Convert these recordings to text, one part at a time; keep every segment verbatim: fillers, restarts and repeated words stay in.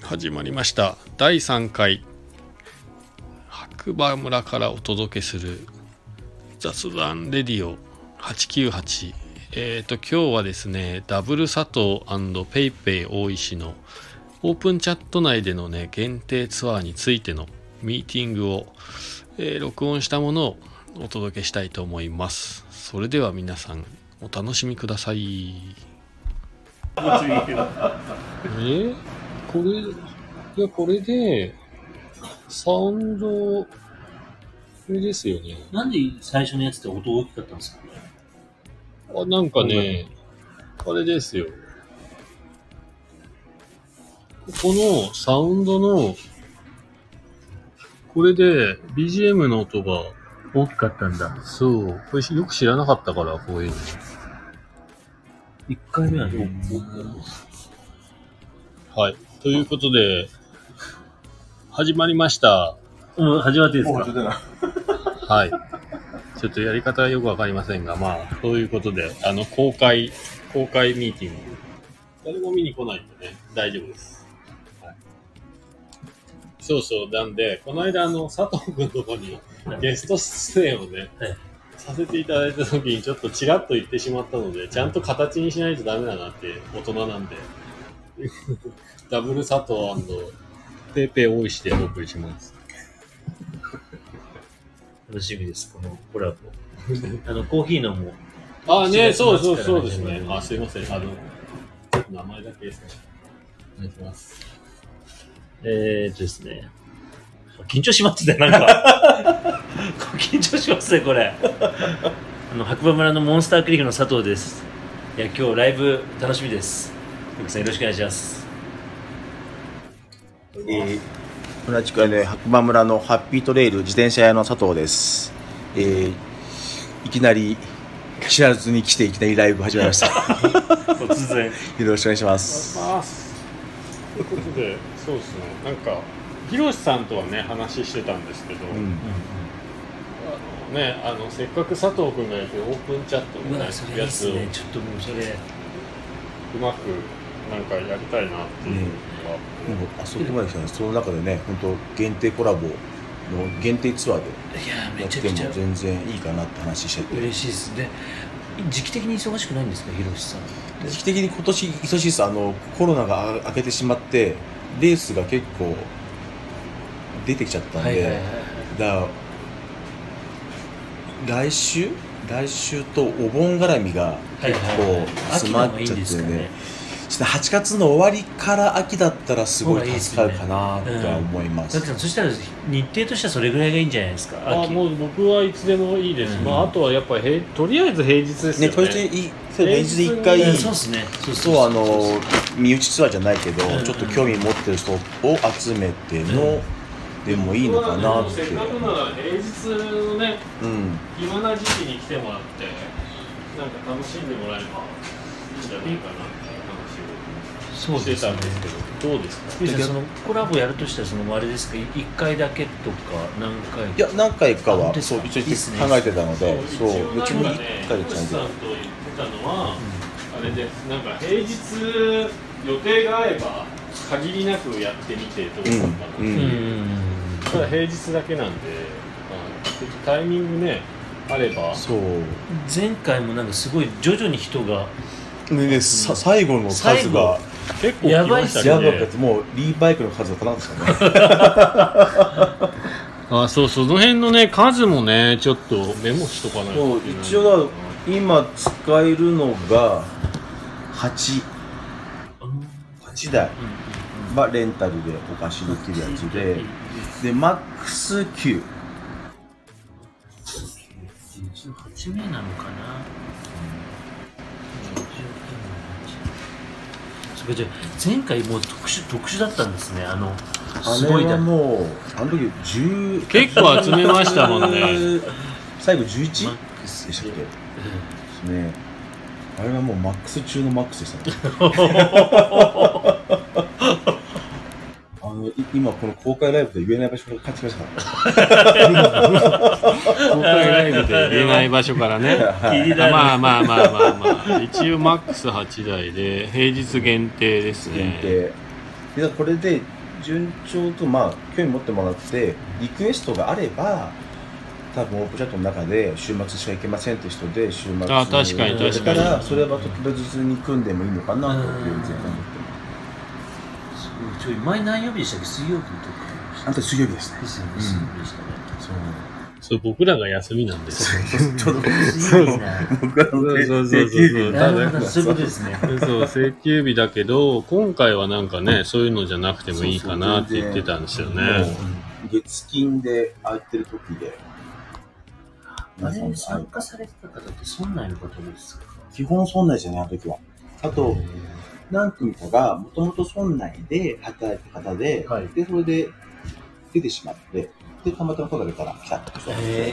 始まりましただいさんかい白馬村からお届けする雑談レディオはちきゅうはち。えーと今日はですね、ダブル佐藤&ペイペイ大石のオープンチャット内でのね限定ツアーについてのミーティングを、えー、録音したものをお届けしたいと思います。それでは皆さんお楽しみください。えー、これいやこれでサウンドこれですよね。 なんで最初のやつって音大きかったんですか？ あ、なんかね、これですよ。このサウンドのこれで ビージーエム の音が大きかったんだ。 そう、これよく知らなかったからこういうの。 いっかいめはね。 はい、ということで始まりました。 うん、始まっていいですか？ はい。ちょっとやり方はよくわかりませんが、まあそういうことで、あの公開公開ミーティング、誰も見に来ないんでね大丈夫です。はい、そうそう、なんでこの間あの佐藤君のとこにゲスト出演をね、はい、させていただいた時にちょっとちらっと言ってしまったので、ちゃんと形にしないとダメだなって大人なんでダブル佐藤&ペイペイ大石でお送りします。 楽しみです、このコラボ。あのコーヒーのも。 ああね、そうそうそうですね。あ、すいません。あのちょっと名前だけですね。お願いします。 えーっとですね。緊張しますね、なんか。緊張しますね、これ。あの白馬村のモンスタークリフの佐藤です。いや、今日ライブ楽しみです。よろしくお願いします。 えー同じく、ね、白馬村のハッピートレイル自転車屋の佐藤です。えー、いきなり知らずに来ていきなりライブ始めました。 突然よろしくお願いします。 お願いします。ということで、そうですね。なんかひろしさんとはね話してたんですけど、うんうん、あのね、あのせっかく佐藤君がやってるオープンチャットの、ね、やつを、ね、 ちょっともうそれうまくなんかやりたいなっていうのが、 うん、もうあそこまで来たらその中でね、本当限定コラボの限定ツアーでやっても全然いいかなって話してて、 嬉しいですね。時期的に忙しくないんですか、ひろしさん？ 時期的に今年忙しいです。あのコロナが明けてしまってレースが結構出てきちゃったんで、はいはいはいはい、だから来週来週とお盆絡みが結構詰まっちゃってね、はちがつの終わりから秋だったらすごい助かるかなとは思います。 だってそしたら日程としてはそれぐらいがいいんじゃないですか。 あ、もう僕はいつでもいいです、うん、まあ、あとはやっぱりとりあえず平日ですよね。 ね、とりあえず平日で一回、 うん、そうですね。 そうそうそう、あの身内ツアーじゃないけど、うん、ちょっと興味持ってる人を集めての、うん、でもいいのかなって。 せっかくなら平日のね、うん、暇な時期に来てもらってなんか楽しんでもらえばいいんじゃないかなっていう話をそうしてたんですけど、どうですか？ そのコラボやるとしたら、そのあれですか、いっかいだけとか何回か？ いや、何回かはそう一応考えてたので、そう別にいっかいでちゃんと。 さんと言ってたのは、うん、あれです。なんか平日予定が合えば限りなくやってみてどうかな。うんうん、ただ平日だけなんで、まあ、タイミングねあれば。 そう。 前回もなんかすごい徐々に人が。 ねね、さ最後の数が結構やばいっすね。 やばかった。もうリーバイクの数が足らんですかね。 あ、そう、その辺のね数もねちょっとメモしとかないと。 そう、一応だ今使えるのがはち、はちだい、まあレンタルでお貸しできるやつで、でマックスきゅう。 はちめいなのかな。じゃ前回もう特殊特殊だったんですね。あのすごいだ。もうあの時じゅう結構集めましたもんね。 最後じゅういちでしたっけ？ですね。あれはもうマックス中のマックスでしたね。あの今この公開ライブで言えない場所から帰ってきましたから。 公開ライブで言えない場所からね。まあまあまあまあまあ。一応マックスはちだいで平日限定ですね。 限定。でこれで順調と、まあ、興味持ってもらって、リクエストがあれば、多分オープンチャットの中で週末しか行けませんって人で週末あ確かに確かにだからそれは特別に組んでもいいのかなと全然思ってます。 ちょい前何曜日でしたっけ？水曜日とか。 あんた水曜日ですね。 ですよね。水曜日でしたね。 そう。 そう僕らが休みなんですよ。 ちょうど水曜日な。 僕らのそうそうそうそうなるほど、そういうことですね。 そう請求日だけど今回はなんかねそういうのじゃなくてもいいかなって言ってたんですよね。 月金で空いてる時で。 あれに参加されてた方って村内の方ですか？ 基本村内じゃない、あの時は。あと、何組かがもともと村内で働いた方で、はい、で、それで出てしまって、で、たまたま声が出たら来たって人がいて。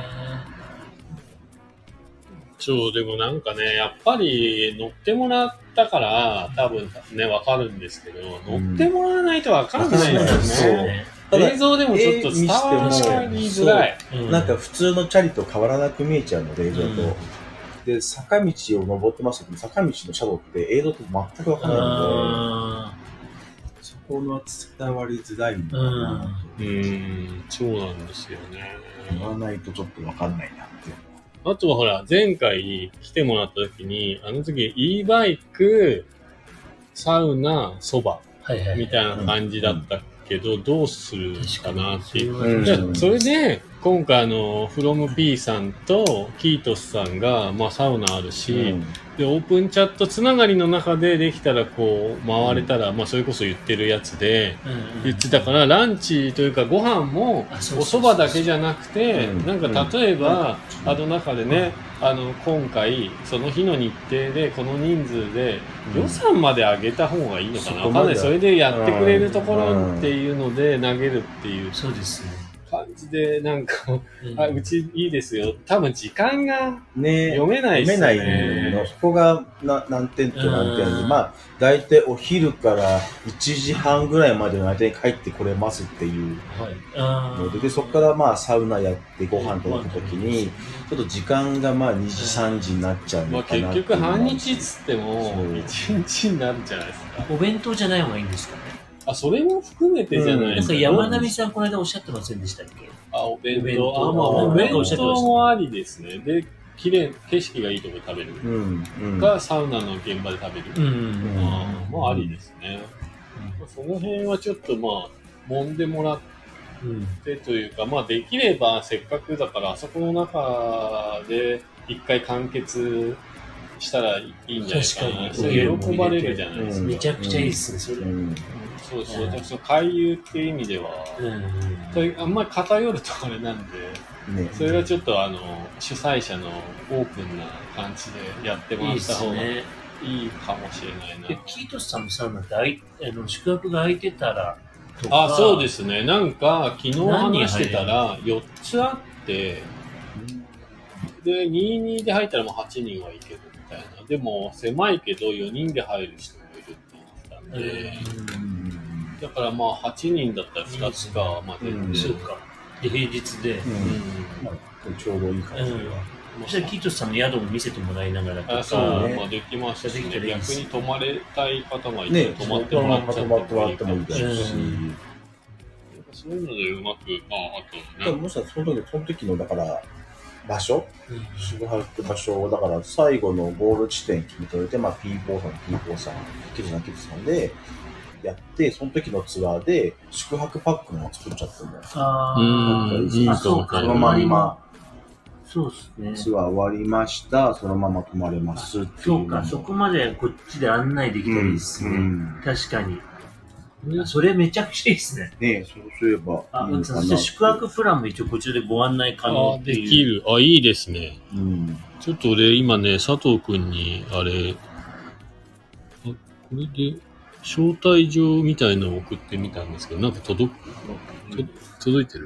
そう、でもなんかね、やっぱり乗ってもらったから、多分ね、わかるんですけど、乗ってもらわないとわかんないですよね。映像でもちょっと伝わりづらい。 うん、なんか普通のチャリと変わらなく見えちゃうので、映像と。うん、で、坂道を登ってますけど、坂道のシャドウって映像と全くわかんないので、そこの伝わりづらいのかな。 うん、うんそうなんですよね。 言わないとちょっとわかんないなって。 あとはほら、前回来てもらった時に、あの時 e バイク、サウナ、そばみたいな感じだったけど、どうするかなっていう。じゃあそれで、今回あの、フロムピー さんとキートスさんが、まあサウナあるし、うん、で、オープンチャットつながりの中でできたらこう、回れたら、うん、まあそれこそ言ってるやつで、言ってたから、ランチというかご飯も、お蕎麦だけじゃなくて、なんか例えば、あの中でね、あの、今回、その日の日程で、この人数で、予算まで上げた方がいいのかな、わかんない。それでやってくれるところっていうので投げるっていう。 そうですね。 感じで、なんか、うん、あ、うちいいですよ。多分時間が読めないですね。 読めないの。そこがな何点と何点で、まあ、だいたいお昼からいちじはんぐらいまでの間に帰ってこれますっていうので、でそこからまあサウナやってご飯とった時に、ちょっと時間がまあにじ、さんじになっちゃうのかなって。 まあ結局半日っつってもいちにちになるじゃないですか。 お弁当じゃない方がいいんですかね。 あ、それも含めてじゃないですか。 うん、なんか山並さんこの間おっしゃってませんでしたっけ？ あ、お弁当。あ、まあお弁当もありですね。で、綺麗、景色がいいところ食べる。うんうん、がサウナの現場で食べる。うんうん、あまあありですね。うん、その辺はちょっとまあ、揉んでもらってというか、まあできればせっかくだからあそこの中で一回完結したらいいんじゃないかな。それ喜ばれるじゃないですか。 めちゃくちゃいいっすね、それ。うんそうそう、だから回遊っていう意味では、うん、あんまり偏るとあれなんで、ね、それがちょっとあの主催者のオープンな感じでやってもらった方がいいかもしれないな。 いいね、キートスさんのサウナってあいあの宿泊が空いてたらとか、あ、そうですね。なんか昨日話してたらよっつあって、でにじゅうにで入ったらもうはちにんはいけるみたいな。でも狭いけどよにんで入る人もいるって言ってたんで。うんだからまあはちにんだったらふたつかまで、 うん、そうか。で平日で、うんまあ、ちょうどいい感じでは。 そしたらキートスさんの宿も見せてもらいながらとか、 あそうね、まあできましたし、ね、逆に泊まれたい方がいて、ね、泊まってもらっちゃってもいいかもしれないし、そういうのでうまく、まああと、 ね、もしかしたらその時その時のだから場所、うん、宿泊場所をだから最後のゴール地点決めておいて、まあ ピーフォー さん、ピーフォー さん、キートさん、キートさんで。やって、その時のツアーで宿泊パックも作っちゃってもああ、いいそうか。そのまんま、 そうですね。 ツアー終わりました。そのまま泊まれますっていう。 そうか、そこまでこっちで案内できたらいいですね。うん、確かに。それめちゃくちゃいいですね。 ねえ、そうすればあ、そして宿泊プランも一応こちらでご案内可能っていう。 できる。あ、いいですね。うん、ちょっと俺今ね、佐藤くんに、あれ、あ、これで、招待状みたいのを送ってみたんですけど、なんか届く、と届いてる？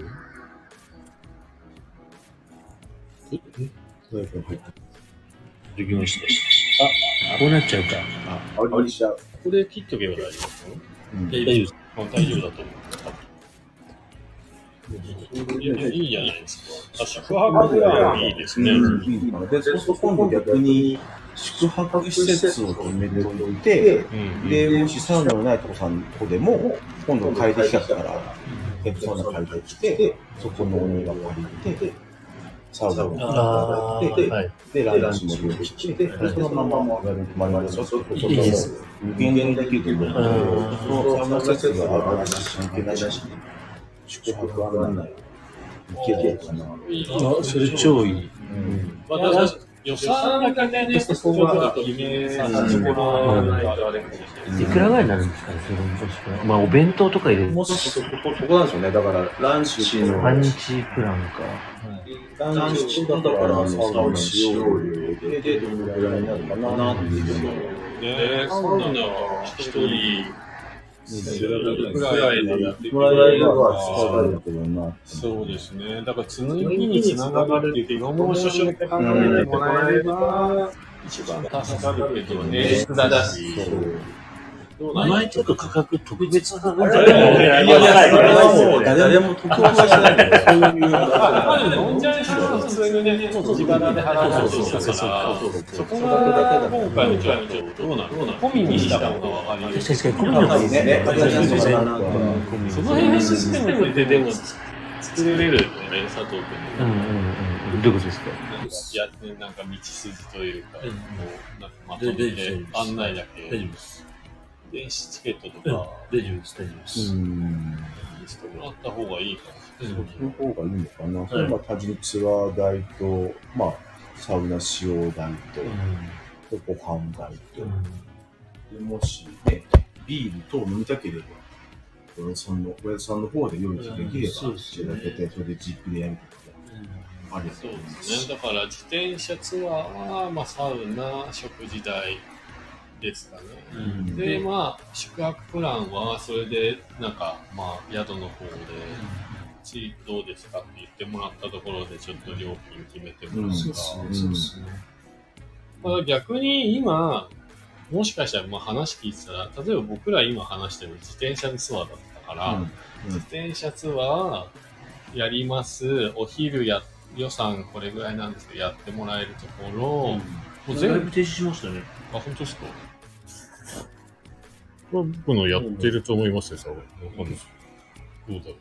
え届きました。あ、こうなっちゃうか。 あ、ありしちゃう。 これ切っとけば大丈夫ですか？うん、大丈夫です。あ、大丈夫だと思う。いや、いいじゃないですか。あ、宿泊プランいいですね。 うん、で、そうすると今度逆に、 宿泊施設を決めておいて、 うんで、もしサウナのないとこさんとこでも、今度借りてきたから、えっと、サウナ借りてきて、そこのお庭借りて、サウナをあ借りて、 ーはいで、ランチも用意して、で、そのまま上がるままで、ちょっと、 いいです無限にできると思うので、そのサウナ施設があるし、関係ないし、宿泊案内、いけるかな。 あ、それ超いい。 まあ、だから予算だけね、そこが決めさせてもらわないとあれかもしれない。 いくらぐらいになるんですかね、それもしくは。まあ、お弁当とか入れる。 もうそこ、ここなんですよね。だから、ランチの、 半日プランか。 ランチだから、サウナ使用料で、どのぐらいになるかなっていうのを。 ね、サウナは一人ぐらいでやってくもらえれれればば、 使えるけどな。 そうですね。だから、つなぎにつながるっていうプロモーションって考えてもらえれば、一番助かるけどね。だし。どうなの？ 前ちょっと価格特別価格いやいや、誰も特別してないんだよ。そういう。 まあ、でも飲んじゃい人は普通にね、自腹で払うとしたから、そこが今回のちょっとどうなの？込みにした方がわかりやすい。 確かに、込みの方がいいですね。 その辺のシステムででも作れるよね、佐藤君うんうんうん。どういうことですか？ やってなんか道筋というか、もうなんかまとめ大丈夫でてす案内だけ、 大丈夫です。 電子チケットとか大丈夫です、大丈夫です。 してもらった方がいいかもしれない。 その方がいいのかな。それは単純にツアー代と、まあ、サウナ使用代と、ご飯代と、でもしね、ビール等飲みたければ、おやさんの、おやさんの方で用意できれば、 そうですねだけて、それでジップでやるとか、ありそうですね。だから自転車ツアーは、まあ、サウナ、食事代ですかね。 うんで、まあ、宿泊プランは、それで、なんか、まあ、宿の方で、ちどうですかって言ってもらったところで、ちょっと料金決めてもらうか。 うんそうですね。 ただ逆に今、もしかしたらまあ話聞いてたら、例えば僕ら今話してる自転車ツアーだったから、 うん自転車ツアーやります、お昼や、予算これぐらいなんですけど、やってもらえるところ、もう全部、 全部停止しましたね。 あ、本当ですか？僕のやってると思いますよ、さ、わかんない。どうだろう。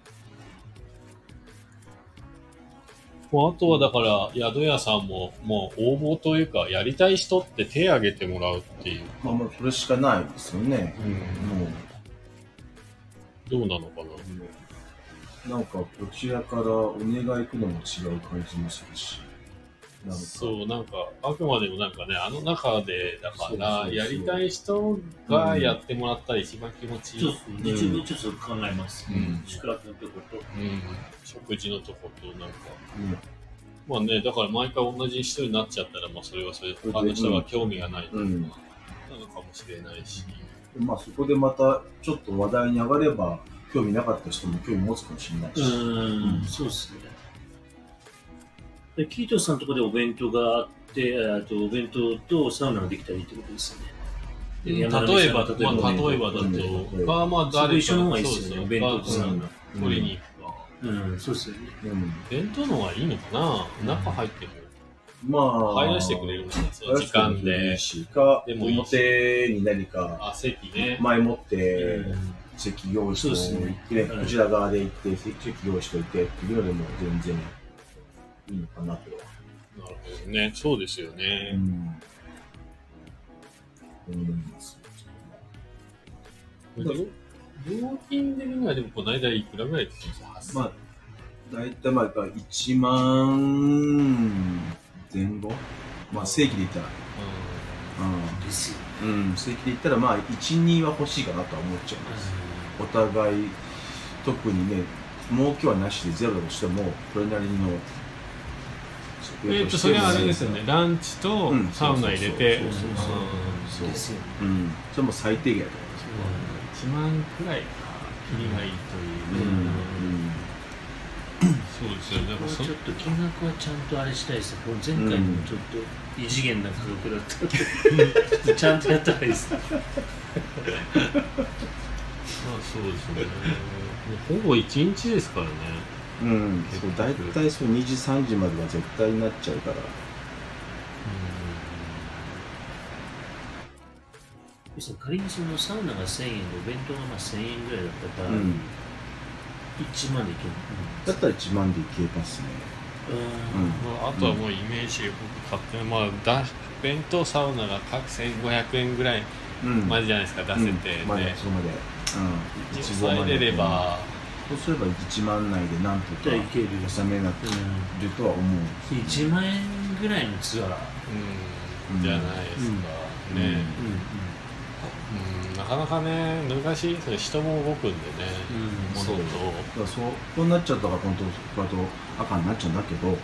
もうあとはだから、宿屋さんも、もう応募というか、やりたい人って手挙げてもらうっていう。 まあ、まあ、それしかないですよね。もどうなのかな。 う、なんか、こちらからお願い行くのも違う感じもするし。なんかそう、なんか、あくまでもなんかね、あの中で、だから、 そうそうそうやりたい人がやってもらったら一番気持ちいい。 ちょっと、一応、ちょっと考えます。 うん宿泊のとこと。 うん。食事のとこと、なんか、 うんまあね、だから毎回同じ人になっちゃったら、まあそれはそれで他の人が興味がないとか、 うんなのかもしれないし。 まあそこでまたちょっと話題に上がれば興味なかった人も興味持つかもしれないし。 うん、そうですね。で、キートさんのところでお弁当があって、あとお弁当とサウナができたらいいってことですね。で例えば、 山並さんまあ、例えばだうんと、まあまあ誰か一緒の方がいいそうですよね、お弁当とサウナ。 うん取りに行くか。 うん、そうですよね。 うん弁当の方がいいのかな、中入っても。 まあ、 入らせてくれるんですよ、時間で。 か、 でもいいし表に何かあ、席ね。 前もってうん席用意しておいそうて、 ですねこちら側で行って席用意しておいてっていうのでも全然いいのかなと。 なるほどね。そうですようね。 ん。思います料料金的にはでもこの間いくらぐらいって言ってました？ まあ、大体まあいちまんぜん後、まあ正規で言ったら、うんですよ。 うん、正規で言ったらまあいち、には欲しいかなとは思っちゃいます。お互い、特にね、儲けはなしでゼロだとしても、これなりのえっと、それはあれですよね。ランチとうんサウナ入れて、 そうそうそうそうですよ。 うん、それも最低限だといちまんくらいか、切りがいいという。 思います。 そうですよね。 もうちょっと金額はちゃんとあれしたいですよ。前回もちょっと異次元な価格だったんで、ちゃんとやったらいいです。 まあそうですね。もうほぼいちにちですからね。 うん、うん、そう大体そうにじさんじまでは絶対になっちゃうから、 仮にそのサウナがせんえんでお弁当がまあせんえんぐらいだったから、 うん、 いちまんでいける、 だったらいちまんでいけますね。 うんうんまあ、あとはもうイメージ、僕勝手にまあだ弁当サウナが各せんごひゃくえんぐらいうんまでじゃないですか、出せて、 うん、まででそこまで、うん、 抑えれれば、 そうすればいちまん内でなんとかいける収めなくるとは思う。 いちまんえんぐらいのツアー、 うん、じゃないですか、 うんね、 うんうん、なかなかね難しい、それ人も動くんでね、 うん戻ると、 だからそうそうなっちゃったから本当こうやって赤になっちゃうんだけど、うん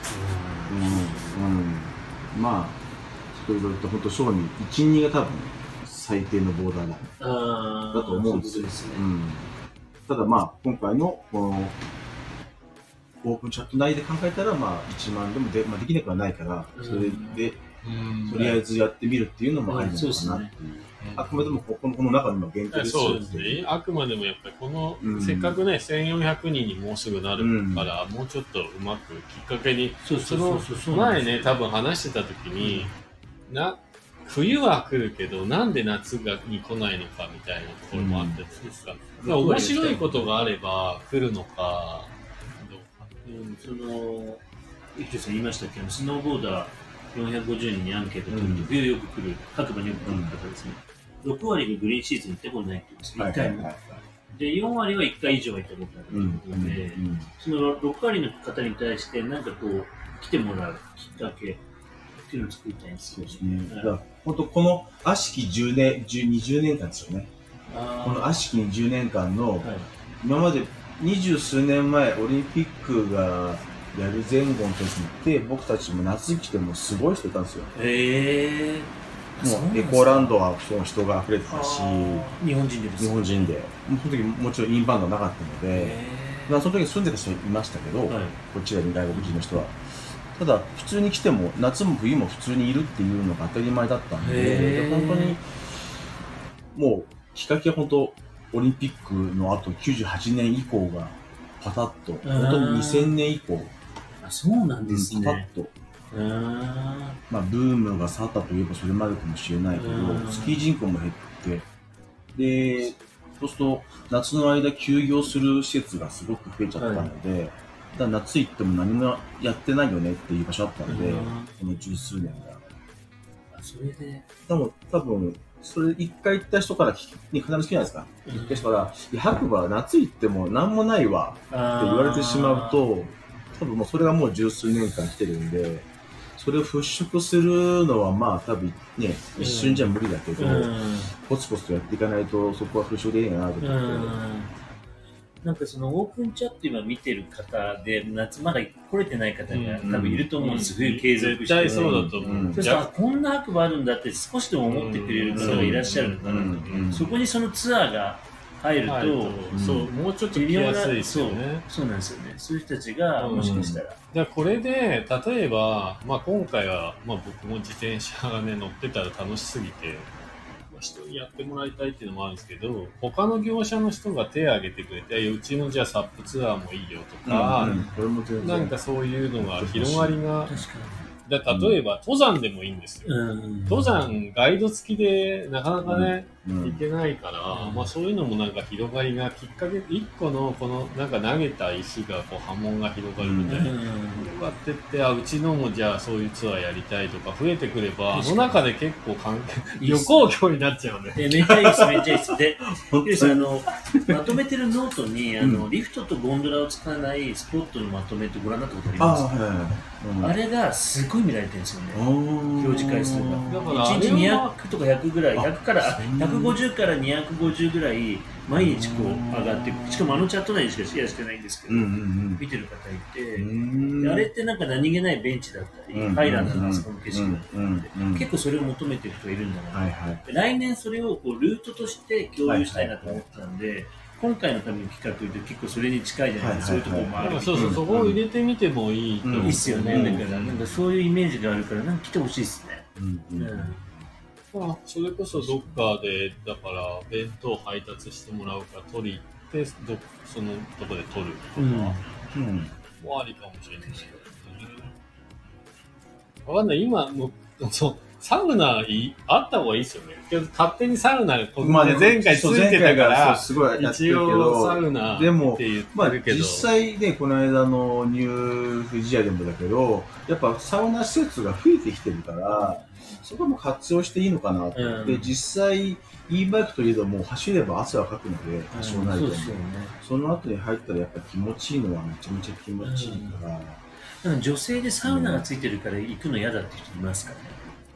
うん、まあいろいろと本当賞にいち、にが多分最低のボーダーラインあだと思うんですよ。 そういうことですね。 うん、ただまあ今回のこのオープンチャット内で考えたらまあいちまんでもで、まあ、できなくはないから、それでうん、 とりあえずやってみるっていうのもありなのかなっていう。 うんあくまでもここのこの中の限定ですそうですね、あくまでもやっぱりこの、 うんせっかくねせんよんひゃくにんにもうすぐなるから、うん、もうちょっとうまくきっかけに、 そうそうそうそうその前ね多分話してた時に、うん、な冬は来るけどなんで夏がに来ないのかみたいなところもあったりするんですか、うん、面白いことがあれば来るのかどうか、 うん、その伊藤さん言いましたけどスノーボーダーよんひゃくごじゅうにんにアンケート取って、うん、冬よく来る白馬によく来る方ですね、うん、ろくわりがグリーンシーズン行ったことないって言うんですよ、いっかいも。で、よんわりはいっかい以上は行ったことあるということで、うんうんうん、そのろくわりの方に対して、なんかこう、来てもらうきっかけっていうのを作りたいんですよね。 そうですね。だから本当、この悪しきじゅうねん、にじゅうねんかんですよね。この悪しきにじゅうねんかんの、はい、今まで二十数年前、オリンピックがやる前後の時って、僕たちも夏来てもすごい人いたんですよ。 へー。 もうエコーランドはその人が溢れてたし、 日本人でです日本人で、もうその時もちろんインバウンドなかったので、まあその時に住んでた人いましたけど、はい、こちらに外国人の人は。ただ、普通に来ても、夏も冬も普通にいるっていうのが当たり前だったんで、で本当に、もう、きっかけは本当、オリンピックの後、きゅうじゅうはちねん以降がパタッと、本当ににせんねん以降、 あ、そうなんですね。 パタッと。 あまあ、ブームが去ったといえばそれまでかもしれないけど、スキー人口も減って、で、そうすると夏の間休業する施設がすごく増えちゃったので、はい、だから夏行っても何もやってないよねっていう場所だったので、この十数年が。 あ、それで。 でも多分、それ一回行った人からに必ず聞くじゃないですか。行った人から、いや白馬は夏行っても何もないわって言われてしまうと、多分もうそれがもう十数年間来てるんで、それを払拭するのはまあ多分ね、一瞬じゃ無理だけど、うん、コツコツとやっていかないとそこは払拭できないなと思って。うん、 なんかそのオープンチャット今見てる方で、夏まだ来れてない方が多分いると思うんです、冬、うん、継続して。絶対そうだと思う。うん、 そしたらこんな白馬あるんだって少しでも思ってくれる方がいらっしゃるのかなと。そこにそのツアーが入ると、 うん、そう、もうちょっと来やすいですよね。 そう、そうなんですよね。そういう人たちが、もしかしたら。 じゃあこれで、例えば、まあ今回は、まあ僕も自転車がね、乗ってたら楽しすぎて、人にやってもらいたいっていうのもあるんですけど、他の業者の人が手を挙げてくれて、うちのじゃあサップツアーもいいよとか、うんうん、なんかそういうのが広がりが、だ例えば、登山でもいいんですよ。うん、登山、ガイド付きでなかなかね、うん、行けないから、うん、まあそういうのもなんか広がりがきっかけ、一個のこのなんか投げた石がこう波紋が広がるみたいな。広がってって、あ、うちのもじゃあそういうツアーやりたいとか増えてくれば、その中で結構関係、旅行業になっちゃうんで。 めっちゃいいです、めっちゃいいです。で、あの、まとめてるノートに、あの、うん、リフトとゴンドラを使わないスポットのまとめってご覧になったことありますか？ あ,、はいはいうん、あれがすごい見られてるんですよね。表示回数が。だからいちにちにひゃくとかひゃくぐらい、ひゃくから、ひゃくごじゅうからにひゃくごじゅうぐらい毎日こう上がっていく。しかもあのチャット内にしかシェアしてないんですけど、うんうんうん、見てる方いて、であれってなんか何気ないベンチだったり、ハイランドのその景色だったり、結構それを求めてる人がいるんだな、はいはい、来年それをこうルートとして共有したいなと思ってたんで、はいはい、今回のための企画で結構それに近いじゃないですか、そういうところもある。 そうそう、そこを入れてみてもいいと思う。 いいっすよね。だからなんかそういうイメージがあるからなんか来てほしいですね。うんうんうんまあ、それこそどっかでだから弁当配達してもらうか取り行ってどそのとこで取るとか、うんうん、もありかもしれないですけどね。わかんない今のそうサウナいあった方がいいですよね。けど勝手にサウナがこまあね前回ついてたから、 そうすごいやってるけ一ど応サウナってでも言っまあてるけど、 実際ね、この間のニューフジアでもだけど、やっぱサウナ施設が増えてきてるから、そこも活用していいのかなと。 うんで、実際、e バイクといえども走れば汗はかくので、多少なりとも、 そうですよね。 その後に入ったらやっぱ気持ちいいのはめちゃめちゃ気持ちいいから、 でも女性でサウナがついてるから行くの嫌だって人いますかね。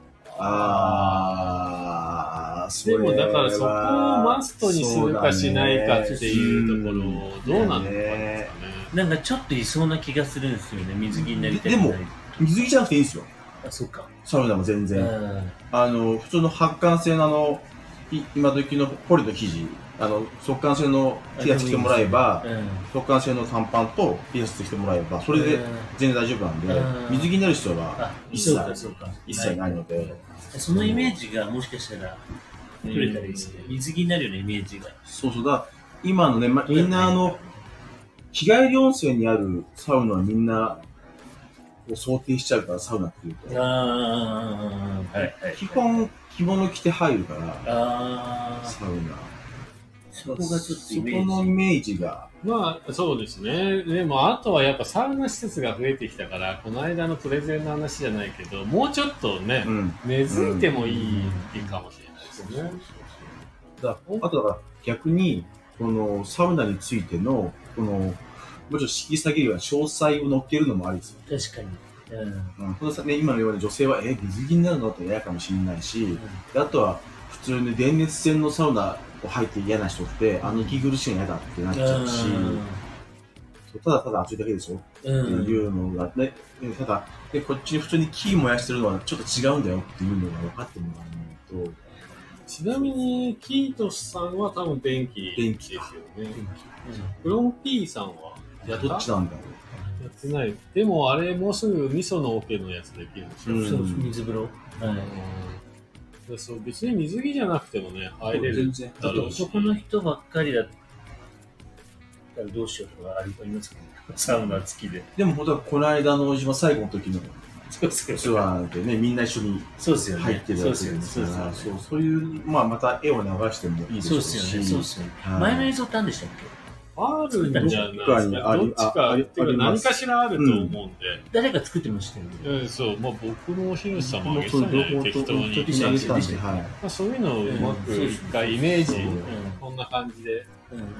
あー、それでもはだからそこをマストにするかしないかっていうところ、どうなのかですかね。 なんかちょっといそうな気がするんですよね、水着になりたいででも水着じゃなくていいんですよ、 あ、そうか。 サウナも全然。 うんあの、普通の発汗性のあの、い今時のポリの生地、あの、速乾性の T シャツ着てもらえば、 うん速乾性の短パンと T シャツ着てもらえば、それで全然大丈夫なんで、 うん水着になる必要はあ、 一そうか切、 そうか。 一切ないので、 そのイメージがもしかしたら取れたらいいですね。水着になるようなイメージが。 そうそうだ、今のね、ま、みんなあの、日帰り温泉にあるサウナはみんな、こう想定しちゃうから、サウナっていうと。 ああ、はいはい。 基本、着物着て入るから、 ああ、 サウナ。 そこがちょっとそこイメージ。 のイメージが、 まあそうですね。でもあとはやっぱサウナ施設が増えてきたから、この間のプレゼンの話じゃないけど、もうちょっとね、 うん。 根付いてもいいかもしれないですね。 だあとだから逆に、このサウナについての、この、もうちょっと敷き下げるような詳細を載っけるのもありですよ。 確かに。うん。 うん、このさね、今のように女性は、え、水着になるのって嫌かもしれないし、であとは、普通に電熱線のサウナを入って嫌な人って、あの息苦しいの嫌だってなっちゃうし、ただただ暑いだけでしょってうん。 いうのがね、ただ、で、こっちに普通に木燃やしてるのはちょっと違うんだよっていうのが分かってもらわないと、 ちなみに、キートスさんは多分電気ですよね。フロンピーさんはやったどっちなんだろやってない。でもあれもうすぐ味噌の桶のやつできるんでしょ。 うんそう、水風呂。はい。 うん、そう別に水着じゃなくてもね、入れる全然だろうし。 男の人ばっかりだったらどうしようとかありますかね。サウナ付きで。 う。でも本当はこの間の島最後の時のそうそうツアーでね、みんな一緒にそうですよね。 入ってるわけですから、 そうですよね。 そうそういう、まあまた絵を流してもいいでしそうょうし、 ですよね。そうですよね。 はい前の映像って何でしたっけ？ あるんじゃないですか。どっちありかありっていうか何かしらあると思うんで。 誰が作ってましたよね。 うん、そう、まあ僕も樋口さんもあもうげてたんじゃないそう適当に。 適当にあげてたんで、はい。 まあ、そういうのをうまく一回イメージ、 うんこんな感じで、 うんうん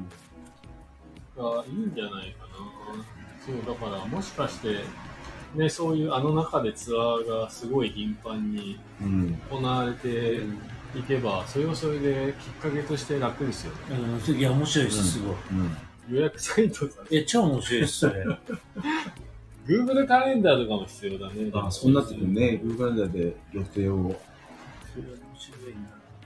がいいんじゃないかな。そう、だからもしかして、ね、そういうあの中でツアーがすごい頻繁にうん。 行われていけば、それはそれできっかけとして楽ですよね。 うん。いや、面白いです、すごい。 うん。 予約サイトさ、 いや、超面白いです、それ。 Google カレンダーとかも必要だね。 あ、そうなってくるね。Google カレンダーで予定を。 それ面白いな。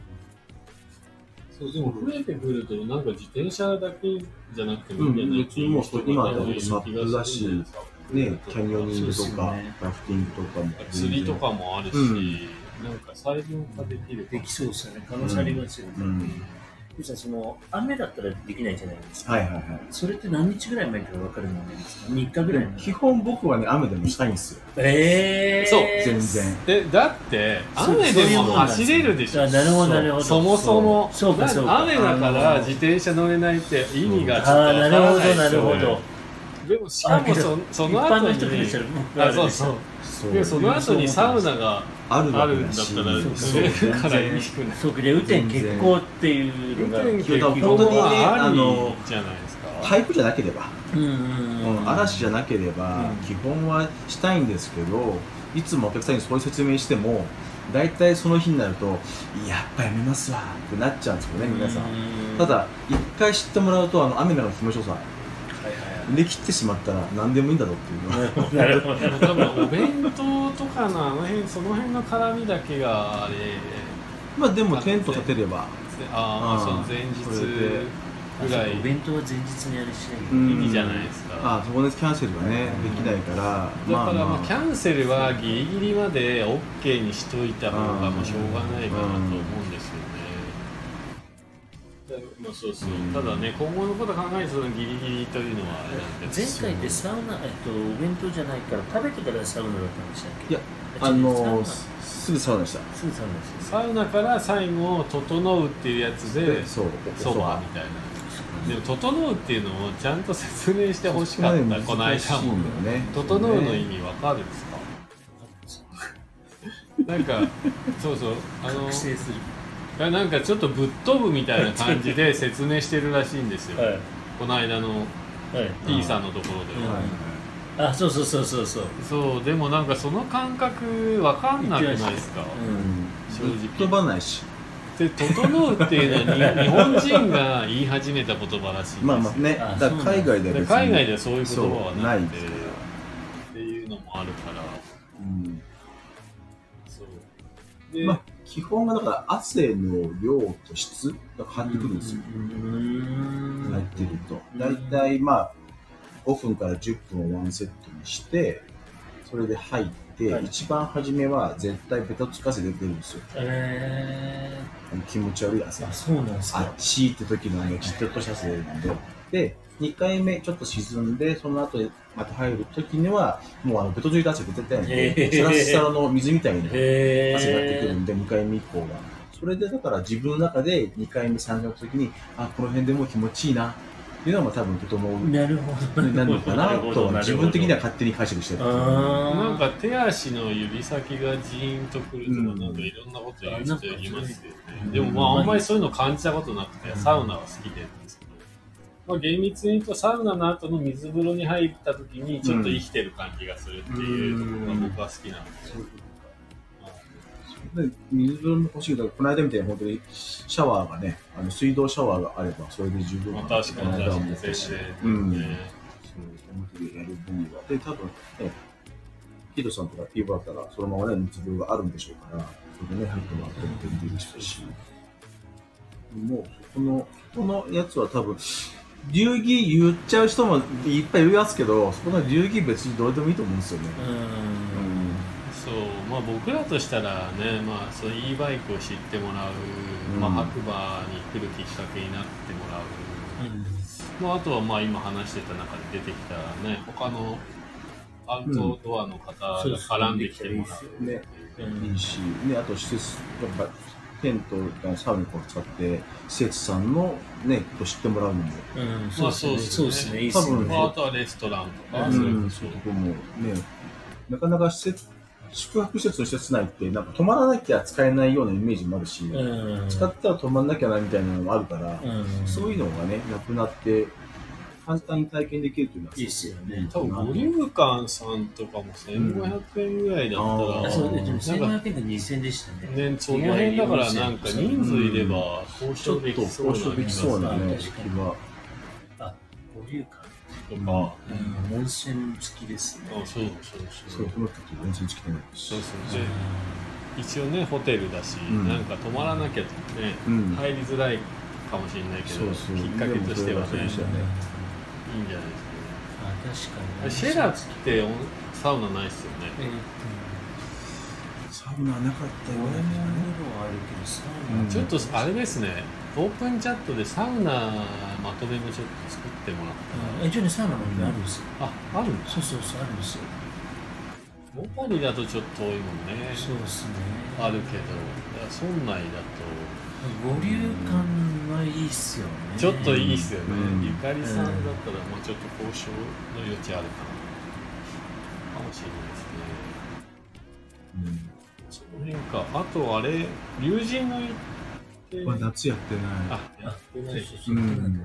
そう、でも増えてくると、なんか自転車だけじゃなくてもいいんじゃない、 うん別にもう人が今だと多い気がするんでサップだしね、キャニオニングとそうか、 ですよねラフティングとかも。 釣りとかもあるし、 うんなんか細分化できる。 できそうですよね。可能性ありますよね。 うん。 ゆうさん、その、雨だったらできないじゃないですか。 はいはいはい。 それって何日ぐらい前から分かるものなんですか？みっかぐらい前。 基本僕はね、雨でもしたいんですよ。 えー。 そう全然。 え、だって、 そう雨でも走れるでしょ。 あ、なるほど、なるほど。 そもそも、 そうか、そうか。 雨だからあの自転車乗れないって意味がちょっとあー、 わなるほど、 からないですなるほよど。 でもしかもそその後一般の人からにしたらもうあそうそうそうでその後にサウナがあるあるんだったわけだし。 らそう濡れるから意味低くない。 そうか、で、雨天決行っていうのが。 雨天決行本当にねはありあのじゃないですか。 台風じゃなければ、 うんうんううんん、嵐じゃなければ、 うん基本はしたいんですけど、いつもお客さんにそういう説明しても、大体その日になると、やっぱやめますわってなっちゃうんですよね、皆さん。 うんただ、一回知ってもらうと、あの雨の中の気持ちよさ、 はいはいできってしまったら何でもいいんだぞっていうのは。 なるほど。 多分お弁当とかのあの辺その辺の絡みだけがあれまあでもテント立てれば、 ああその前それで日ぐらいお弁当は前日にあれしないうんいいじゃないですか。 あそこでキャンセルがね、できないから、 だからまあキンャンセルはギリギリまで OK にしといた方がまあしょうがないかなと思うんですよね。でまあそうそう。ただね今後のこと考えるとそのギリギリというのはあれなんで前回ってサウナ、えっと、お弁当じゃないから食べてからサウナだったんでしたっけ？ いやあのすぐサウナした。 すぐサウナです。 サウナから最後整うっていうやつでそうそばみたいな。でも整うっていうのをちゃんと説明してほしかった。この間も、ね、整うの意味わかるんですか？なんかそうそうあの覚醒する。 なんかちょっとぶっ飛ぶみたいな感じで説明してるらしいんですよ、はい、この間の T さんのところでは、はいあ、そうそうそうそうそう。 そうでもなんかその感覚わかんなくないですか？うん、 正直飛ばないし。 で整うっていうのは日本人が言い始めた言葉らしいんですよ。 まあまあね、だから海外では別に海外ではそういう言葉はないんでっていうのもあるから、うん、そうで、 まあ、基本がだから汗の量と質が変わってくるんですよ。入ってるとだいたいまあごふんからじゅっぷんをワンセットにしてそれで入って、はい、一番初めは絶対ベタつかせて出てるんですよ。へー、気持ち悪い汗。 あ、そうなんですか。 あっちーって時のじっととした汗なんで、でにかいめちょっと沈んでその後また入る時にはもうあのベトついた汗が出てたんでサラッサラの水みたいな汗が出てくるんでにかいめ以降はそれでだから自分の中でにかいめさんかいめの時にあこの辺でもう気持ちいいなっていうのは多分整うなるほどなるのかなと自分的には勝手に解釈してる。 なんか手足の指先がジーンとくるとか、うん、なんかいろんなこと言う人いますよね。でもまああんまりそういうの感じたことなくて、サウナは好きでるんですけど、まあ、厳密に言うとサウナの後の水風呂に入った時にちょっと生きてる感じがするっていうところが僕は好きなんですよ。 で水風呂も欲しいけど、この間みたいに本当にシャワーがね、あの水道シャワーがあればそれで十分かな。まあ、確かに確かに全然、うん、ね、 そう思ってやる分にはで多分ね、ヒドさんとかティーバーだったらそのままね水風呂があるんでしょうから、それでね入ってもらっても全然いいですし、もうそこのそこのやつは多分流儀言っちゃう人もいっぱいいますけど、そこの流儀別にどうでもいいと思うんですよね。うん。 そうまあ、僕らとしたらね、まあ、そう e バイクを知ってもらう、うんまあ、白馬に来るきっかけになってもらう、うんまあ、あとはまあ今話してた中で出てきた、ね、他のアウトドアの方が絡んできてもらう、 うん、ね、いいし、ね、あと施設やっぱテントサウナを使って施設さんのねこと知ってもらうのも、 うん、そうですね。 多分、あとはレストランとか、 うん、そういうとこもね、なかなか施設宿泊施設の施設内ってなんか泊まらなきゃ使えないようなイメージもあるし、うん、使ったら泊まらなきゃなみたいなのもあるから、うん、そういうのがねなくなって簡単に体験できるというのはいいですよね。 多分ボリュー館さんとかもせんごひゃくえんぐらいだったら、うん、 あそうでもせんごひゃくえんがにせんえんでしたね。 ね、その辺だからなんか人数いれば交渉できそうな気がするね。 あ、ボリュー館とか、うん、温泉付きですね。 あ、そうそうそう。 そう、この時温泉付きでないです。 そうそう。で、一応ねホテルだし、うん、なんか泊まらなきゃね、うん、入りづらいかもしれないけど、そうそうきっかけとしてはね、いいんじゃないですかね。 あ、確かに。 シェラってサウナないっすよね。えーうん、サウナなかったよね。 あるけどサウナ、 うん、ちょっとあれですね。オープンチャットでサウナまとめもちょっと作ってもらったら、 うん、一応ねサウナもあるんですよ。 あ、あるんだ。 そうそうそうあるんですよ。 モパリだとちょっと遠いもんね。 そうですね。あるけど、村内だとボリュー感はいいっすよね。 ちょっといいっすよね。うん、ゆかりさんだったらもうちょっと交渉の余地あるかな。かもしれないですね。うん。その辺か。あとあれ龍神のまあ、夏やってない。 あ、やってない。うん、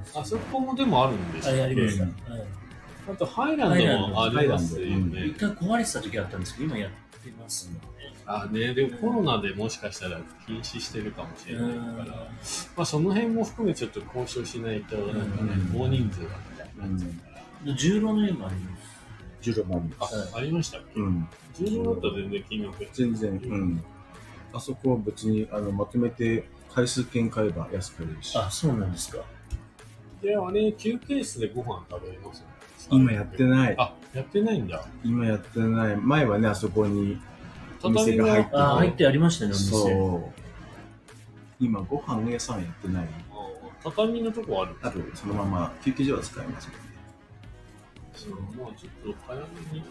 あそこもでもあるんですよ。 あ、やりました。 あとハイランドもありますよね。 一回壊れてた時あったんですけど、今やってますね。 あね、でもコロナでもしかしたら禁止してるかもしれないから、まあその辺も含めちょっと交渉しないと、なんかね、大人数がみたいな感じだから。 重郎の家もあります。 重郎もあります。あ、ありましたっけ？うん。重郎だったら全然金額全然、うん。あそこは別にあのまとめて回数券買えば安く買えるし。 あ、そうなんですか。 で、あれ、休憩室でご飯食べれます？ 今やってない。 あ、やってないんだ。 今やってない。前はね、あそこにお店が入ってあ、入ってありましたね、お店。そう。 今、ご飯屋さんやってない。 畳のとこある？ ある。そのまま休憩所は使えますもんね。 そう、もうちょっと早めに。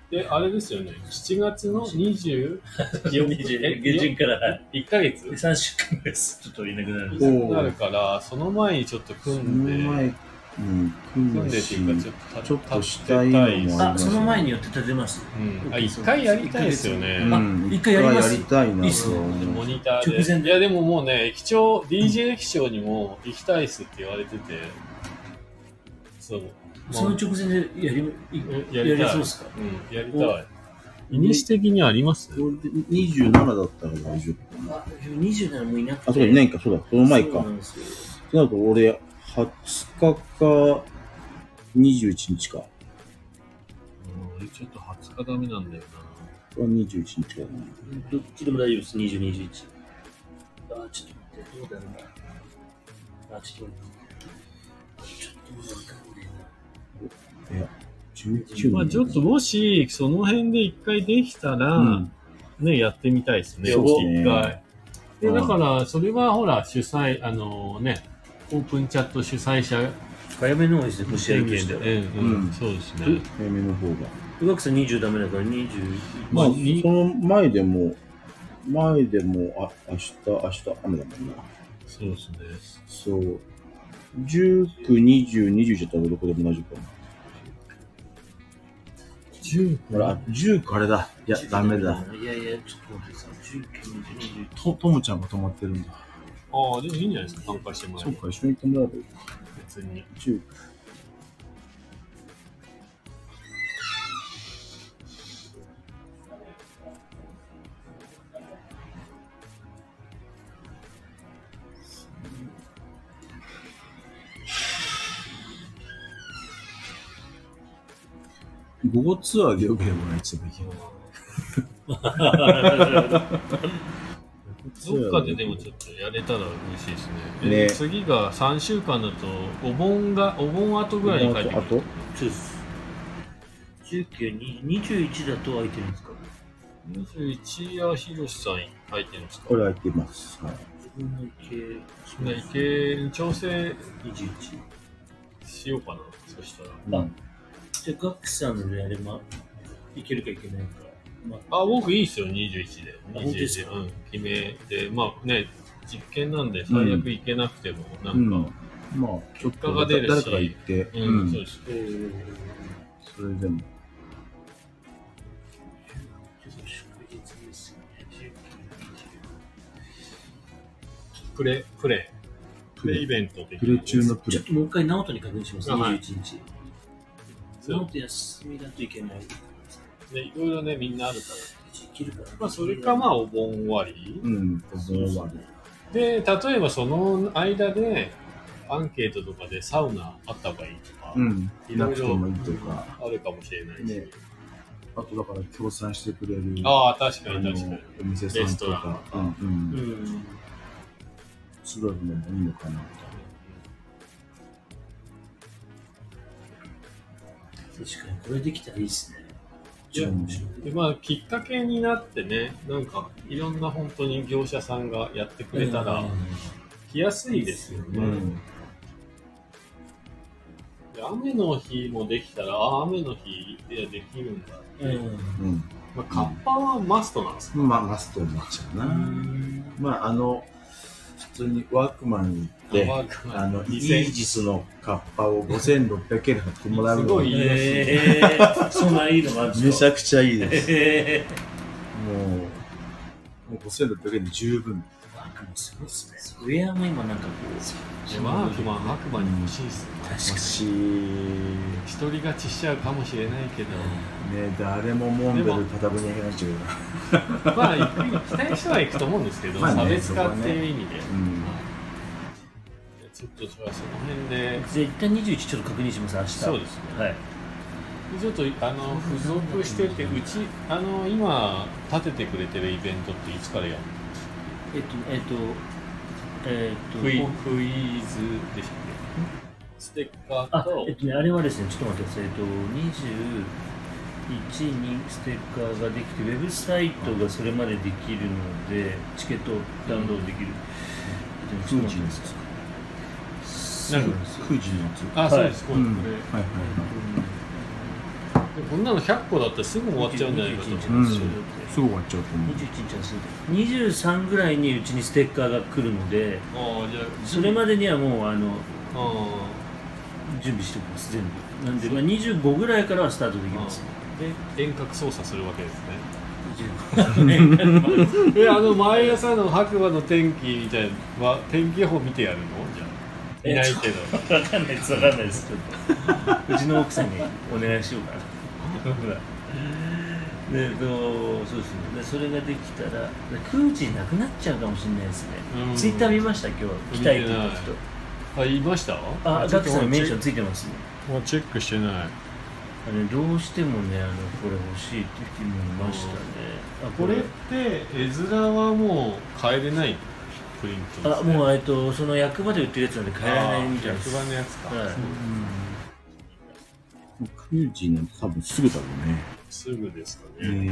で、あれですよね、しちがつのにじゅうよっかにじゅう下旬からいっかげつさんしゅうかんです。ちょっといなくなるんですおよ。 なるから、その前にちょっと組そんで、 の前、うん、組組んむし、 でっていうか、ちょっとちょっとしたいのもありますね。 あ、その前によって立てます。 うん、あ、一回やりたいですよね。 うん、 一回やります一回やりたいないいっすねと思う。 モニターで。 直前でいや、でももうね、駅長、ディージェー 駅長にも行きたいっすって言われてて、そう。 その直前でやり、ややりたい。 りそうですか？ うん、やりたい。イニシ的にありますこれでにじゅうななだったら大丈夫かな。 あ、にじゅうななもういなくて。 あ、そうだ、いないんか、そうだ、その前か。 そうなんですよ。 そうなると俺、はつかかにじゅういちにちか。 うん、ちょっとはつかダメなんだよこれはにじゅういちにちかな。 どっちでも大丈夫です。にじゅう、にじゅういち。あ、ちょっと待って、どうだろうな。あ、ちょっと待って。ちょっともうわかんねえな。 いや、じゅうきゅうな。まあちょっともし、その辺で一回できたら、 うんね、やってみたいですね。 そうですね一回。で、 うんだから、それはほら、主催、あのね、オープンチャット主催者早めの方がいいですね、年明けで。 うん、うん、 うんそうですね。 早めの方が。 宇垣さんにじゅうダメだからにじゅう。 まあ、 にその前でも、前でも、あ、明日、明日、雨だもんな。 そうですね。 そう。じゅうく、にじゅう、にじゅういちだったらどこでも大丈夫かな。 じゅうほら、じゅうくあれだ。いや、ダメだ。。 いやいや、ちょっと待ってさ、じゅうきゅう、にじゅう、にじゅう。 と、ともちゃんが泊まってるんだ。 ああ、でもいいんじゃないですか、参加してもらえば。 そうか、一緒に行ってもらえばいい。 別に。 じゅう午後ツアーでよければいつでも行ける。 どっかででもちょっとやれたら嬉しいですね。 ねで次がさんしゅうかんだと、お盆が、お盆後ぐらいに帰ってくる。 あとそうです。じゅうきゅう、ににじゅういちだと空いてるんですか？ にじゅういちはひろしさん入ってるんですか？ これ空いてます。はい。 自分の池、 ね、池に調整にじゅういち。 しようかな、そしたら。 うんじゃあ、ガックさんのであれば、いけるかいけないか。まあ、僕いいっすよ、にじゅういちで。 あにじゅういちで。うん、決めて。まあね、実験なんで最悪いけなくても、なんか、 うんまあ、ちょっ結果とが出るし誰かが行って、 うん、そうです。 えー、 それでも。 祝日ですよね。じゅうきゅう、 プレ、プレ、プレイベントでプレ中のプレちょっ。ともう一回、直人に確認します。 あはいにじゅういちにち。直人休みだといけない。 ね、いろいろね、みんなあるから。 いけるかな。 まあ、それかまあ、お盆終わり。 うん、お盆終わり。 で、例えばその間で、アンケートとかでサウナあった方がいいとか、 うん、 いろいろなくてもいいとか。 あるかもしれないし。 ねあとだから協賛してくれるああ、確かあのに確かに。 お店さんとか、うんうん、 うん。 そういうのもいいのかな。 確かに、これできたらいいですね。 いや面白いでまあ、きっかけになってね、なんか、いろんな本当に業者さんがやってくれたら、来やすいですよね。 うん、 で雨の日もできたら、あ雨の日でできるんだって。 うん。 うん。 まあ、カッパはマストなんですか？ まあ、マストになっちゃうな。まあ、あの、普通にワークマンに行って、 ワークマンあの、イにせんージスのカッパをごせんろっぴゃくえん買ってもらうのがすごいいいえー、そんないいのがあるんですか？ めちゃくちゃいいです。 えもう、もうごせんろっぴゃくえんで十分。 ー、ワークマンすごいっすね。ウェアも今なんかこう、 でワークマン、ワークマンに欲しいっすね。 確か欲しい。 一人勝ちしちゃうかもしれないけど、 ね、誰もモンベル畳みに行かないっちゃうかまあ、行く行きたい人は行くと思うんですけど、 まあね差別化っていう意味で。 ら。うん。 ちょっとそれはその辺で、 じゃあ一旦にじゅういちちょっと確認します、明日。 そうですね。 はい。 ちょっとあの付属してて、うち、あの今、立ててくれてるイベントっていつからやるの？ えっと、えっと、えっと、 フイこフイーズでしたっけ？ステッカーあと、 えっとね、あれはですね、ちょっと待ってください。えっと、にじゅういちにステッカーができて、ウェブサイトがそれまでできるので、チケットをダウンロードできる。 フージのやつですか？ そうなんですよ。 フージのやつ。 あ、そうです、これ、 うん。 これはいはいはい。 こんなのひゃっこだったらすぐ終わっちゃうんじゃないかと思う。 うんにじゅういちにちすぐ終わっちゃうと思うにじゅういちにちはすぐにじゅうさんぐらいにうちにステッカーが来るので、 ああ、じゃあ、 それまでにはもうあのあ準備しておきます全部なんで、まあ、にじゅうごぐらいからはスタートできますあ。で、遠隔操作するわけですね。 にじゅうごえ、あの、毎朝の白馬の天気みたいな、は天気予報見てやるのじゃあ。いないけど。 わかんないですわかんないですちょっとうちの奥さんにお願いしようかなでとそうですねでそれができたらで空時なくなっちゃうかもしれないですねうんツイッター見ました今日来たいって言った人あ、言いましたあちょっとガクさんのメンションついてますねもうチェックしてない。 あれどうしてもねあのこれ欲しいっていう人もいましたねあこれって絵面はもう変えれないプリントですね。 あもうえっとその役場で売ってるやつなんで変えられないみたいです役場のやつか。 はいクージーなんて多分すぐだろうね。 すぐですかね。 ね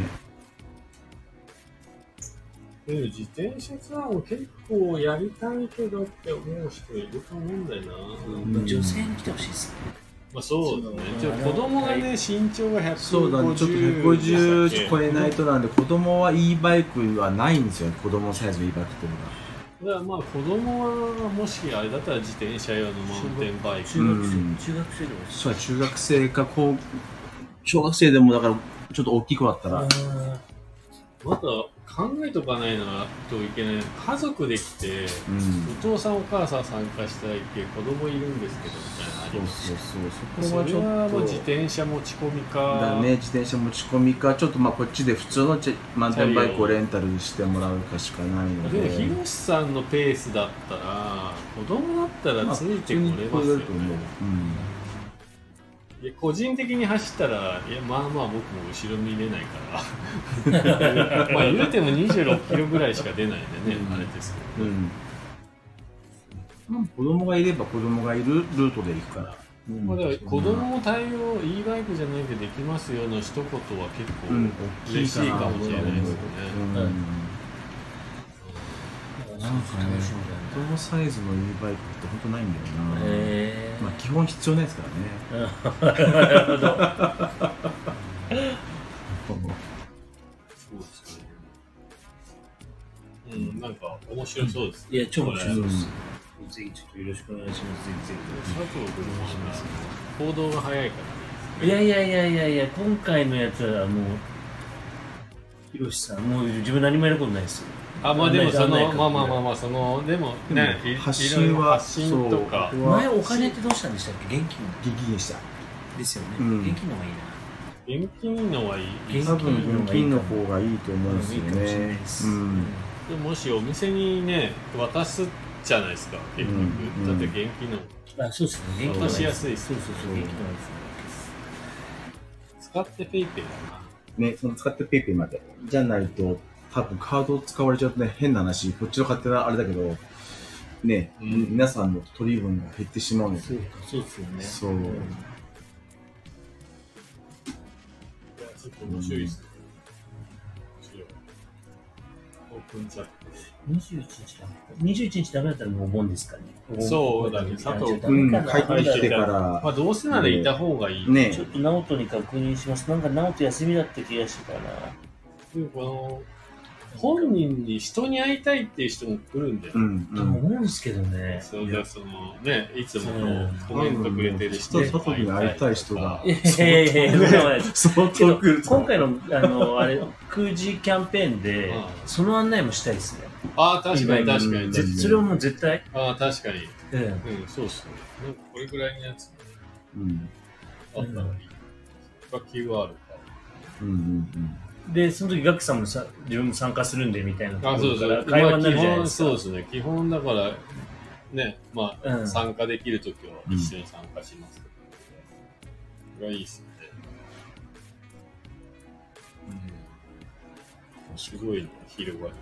でも自転車ツアーも結構やりたいけどって思う人いると思うんだよな。 うん女性に来てほしいですねまあそうですね。じゃあうん子供がね、身長がひゃくごじゅうそうだね、ちょっとひゃくごじゅう超えないとなんで、子供は e バイクはないんですよ、子供サイズの e バイクっていうのが。 だからまあ子供はもしあれだったら自転車用のマウンテンバイク。 中学生、 うん中学生でもそうだ、中学生か高、小学生でもだから、ちょっと大きい子だったら、 あまた考えとかないのといけない。家族で来て、 うん。 お父さんお母さん参加したいって子供いるんですけどみたいなのありそうます。 そうそう、そそこはちょれはもうっ自転車持ち込みと、 か。 だね、自転車持ち込みか、ちょっとまあこっちで普通のチェマウンテンバイクをレンタルしてもらうかしかないので。 でも、ひろしさんのペースだったら、子供だったらついてこれますよね。 まあ普通に来れると思う。 いや個人的に走ったら、いやまあまあ僕も後ろ見れないから。まあ言うてもにじゅうろっキロぐらいしか出ないんでね、 うんあれですけど。 うん。うん。まあ子供がいれば子供がいるルートで行くから。うんまあ、だから子供も対応、e バイクじゃないけどできますよの一言は結構うん、 嬉しいかもしれないですね。 うんうんなんかね、子供サイズの e バイクって本当ないんだよな。 へまあ基本必要ないですからね。 ーなるほどそうですね。うん、なんか面白そうです。 いや超面白そうですうんぜひちょっとよろしくお願いしますぜひぜ佐藤君も行動が早いからひいやいやいやいやいや今回のやつはもうひろしさんもう自分何もやることないですよあ、まあでもその、 案内まあまあまあまあ、その、でもね、いでも発いろいろ信は、 発信とかそう、 前お金ってどうしたんでしたっけ現金激減した。 ですよね、 うん現金の方がいいな現金のはいい。 現多分現金の方がいいと思うんですよいいかもしれないねで。す、 うん。 でもしお店にね、渡すじゃないですか、結局。 うんだって現金の、 あそうですね現金の方がいい渡しやすいですそうそうそう現金の方がいいです使ってペイペイだな。 ね、その使ってペイペイまで。じゃないと、多分カードを使われちゃうとね、変な話、こっちの勝手なあれだけど、ね、 うん皆さんの取り分が減ってしまうので。 そうかそうですよねそう。 いやちょっと面白いですね。面白い。オープンチャット。 にじゅういちにちだにじゅういちにちダメだったらもうお盆ですかねそうだね佐藤うん、 ダメかな帰ってきてかまら、 あどうせならいた方がいい。 ねちょっと直人に確認しますなんか直人休みだった気がしてたなでもこの、本人に人に会いたいっていう人も来るんだよう。ん、 とうん。 思うんですけどねそうじゃあそのね、いつもこうんうコメントくれてる人佐藤に会いたい人がいやいやいやいやそんなことないです相けど当来ると今回のあのあれ空時キャンペーンでうんその案内もしたいですねああ、確かに確かに。 ぜそれはもう絶対ああ、確かに。 うんうん、そうっすね。なんかこれぐらいのやつうん、 あったらいい。が キューアール か。 うん、うん。 でその時ガクさんもさ自分も参加するんでみたいなとあ、 こそうそう。 ろから会話になるじゃないまあですか、 基本そうですね。基本だから、ね、まあ、 うん参加できるときは一緒に参加しますけど、がいいっすよね。うん。すごいね、広がる。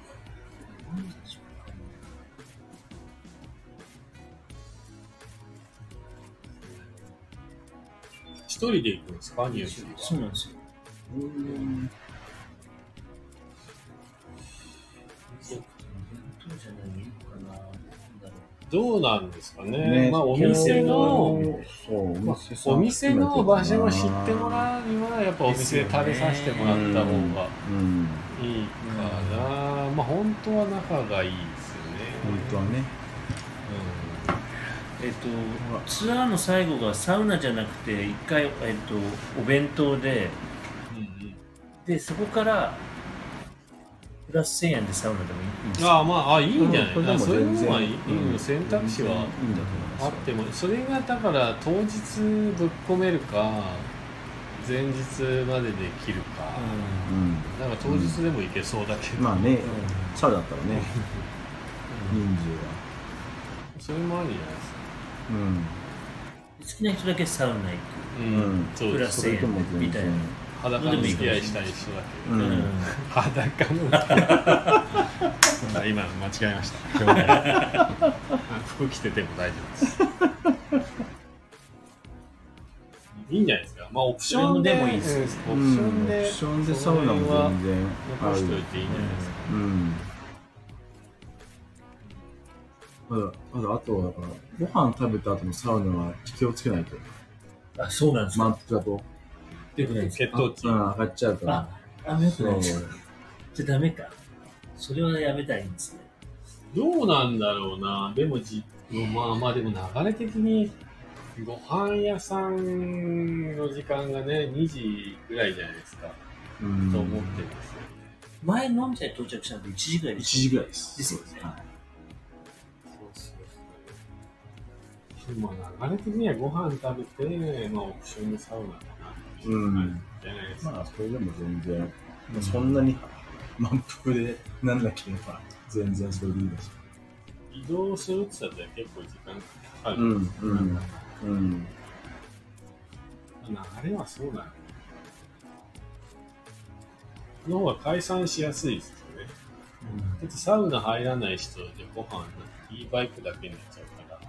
一人で行くんですか、ニュースそうなんですようんそうじゃないのいいのかななんだろどうなんですかね。 ねまあお店の、 そうおまあ店さんお店の場所を知ってもらうにはやっぱお店で食べさせてもらった方がうんいいかな。まあ本当は仲がいいですよね。 本当はね。 えっとツアーの最後がサウナじゃなくて一回、えっと、お弁当で、 うんうんでそこからプラスせんえんでサウナでもいいんですうん、 か？ ああまああいいんじゃないうんかな。そういう全然のはいい、 うん選択肢はいいんだと思いますあっても、それがだから当日ぶっ込めるか前日までできるか、 うんなんか当日でも行けそうだけど、 まあね、 うサウナだったらね、人数それもありじゃないですか。 が。うん。 ん好きな人だけサウナ行うん、 うんくプラそうです。 スせんえんみたいな。 裸の付き合いしたい人だけど、 うんうん裸の付き合い今間違えました服着てても大丈夫ですいいんじゃないですか。まあオプションでそれもでもいいですようんオプションで、 オプションでサウナも全然残しといていいんじゃないですか。 うん。まだ、まだあとはだから、ご飯食べた後のサウナは気をつけないと。 あ、そうなんですか。 満腹だと。 よくないですか。 血糖値あうん、上がっちゃうから。 あ、よくそうないですか。じゃあダメか。それはやめたらいいんですね。 どうなんだろうな。でもじ、まあまあでも流れ的にご飯屋さんの時間がね、にじぐらいじゃないですか。 うんと思ってるんですよ。 前飲んじゃい到着したのでいちじぐらいでいす。 ちじぐらいです。 ですよねはいそうそうそう。まあ流れ的にはご飯食べて、まあオプションでサウナかなっていう感じじゃないですか。 まあ、それでも全然、そんなに満腹でなんなければ、全然それでいいです。 移動するって言ったら結構時間かかる。 うん、うん、うん。 流れはそうなの。の方が解散しやすいですよね。だってサウナ入らない人でご飯、いいバイクだけになっちゃうから。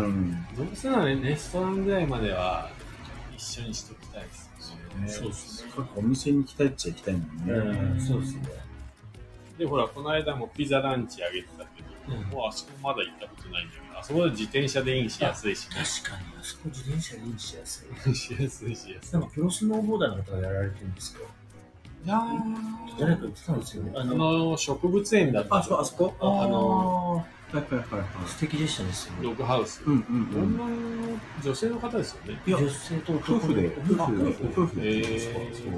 うん。 どうせならレストランぐらいまでは一緒にしときたいですよね。 そうですね。お店に行きたいっちゃ行きたいもんね。 うん、そうですね。 で、ほら、この間もピザランチあげてたけど、 うんもうあそこまだ行ったことないんだけど、あそこで自転車でインしやすいしね。 確かに、あそこ自転車でインしやすい。 しやすいしやすい。 なんかプロスノーボーダーの方がやられてるんですか？ いやー誰か言ってたんですよね。ああの、 の植物園だったあ、そう、あそこあーあの、はいはいはいはい。 素敵でしたね、すごい。 ログハウス。 うんうんうん。 女の女性の方ですよね。 いや、 女性と男夫婦で、夫あ婦で、夫婦で。 へー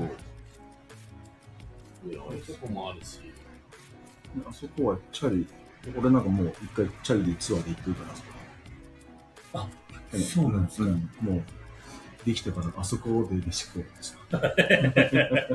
そう。 いや、ああいうとこもあるし。 あそこはチャリ、俺なんかもう一回チャリでツアーで行ってるからさ。 あ、 うんそうなんですか。 うんもう、できてからあそこで飯食おうってさ。 そうそうだから